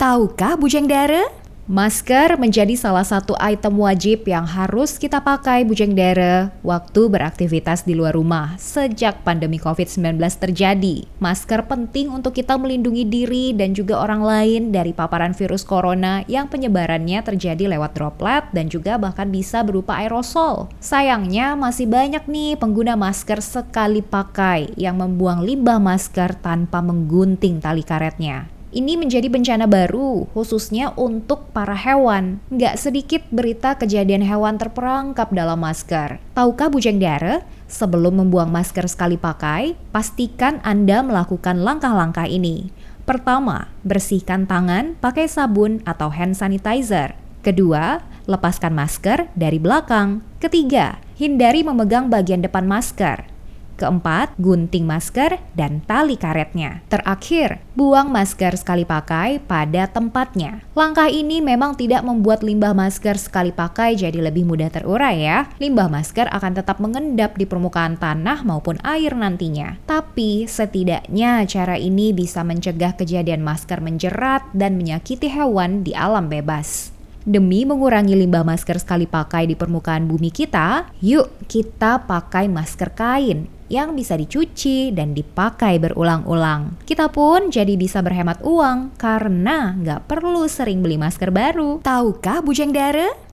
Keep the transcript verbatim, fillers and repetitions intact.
Tahukah Bujang Dara? Masker menjadi salah satu item wajib yang harus kita pakai Bujang Dara waktu beraktivitas di luar rumah sejak pandemi covid sembilan belas terjadi. Masker penting untuk kita melindungi diri dan juga orang lain dari paparan virus corona yang penyebarannya terjadi lewat droplet dan juga bahkan bisa berupa aerosol. Sayangnya masih banyak nih pengguna masker sekali pakai yang membuang limbah masker tanpa menggunting tali karetnya. Ini menjadi bencana baru, khususnya untuk para hewan. Nggak sedikit berita kejadian hewan terperangkap dalam masker. Tahukah Bujang Dara? Sebelum membuang masker sekali pakai, pastikan Anda melakukan langkah-langkah ini. Pertama, bersihkan tangan pakai sabun atau hand sanitizer. Kedua, lepaskan masker dari belakang. Ketiga, hindari memegang bagian depan masker. Keempat, gunting masker dan tali karetnya. Terakhir, buang masker sekali pakai pada tempatnya. Langkah ini memang tidak membuat limbah masker sekali pakai jadi lebih mudah terurai ya. Limbah masker akan tetap mengendap di permukaan tanah maupun air nantinya. Tapi setidaknya cara ini bisa mencegah kejadian masker menjerat dan menyakiti hewan di alam bebas. Demi mengurangi limbah masker sekali pakai di permukaan bumi kita, yuk kita pakai masker kain yang bisa dicuci dan dipakai berulang-ulang. Kita pun jadi bisa berhemat uang karena nggak perlu sering beli masker baru. Tahukah Bujang Dara?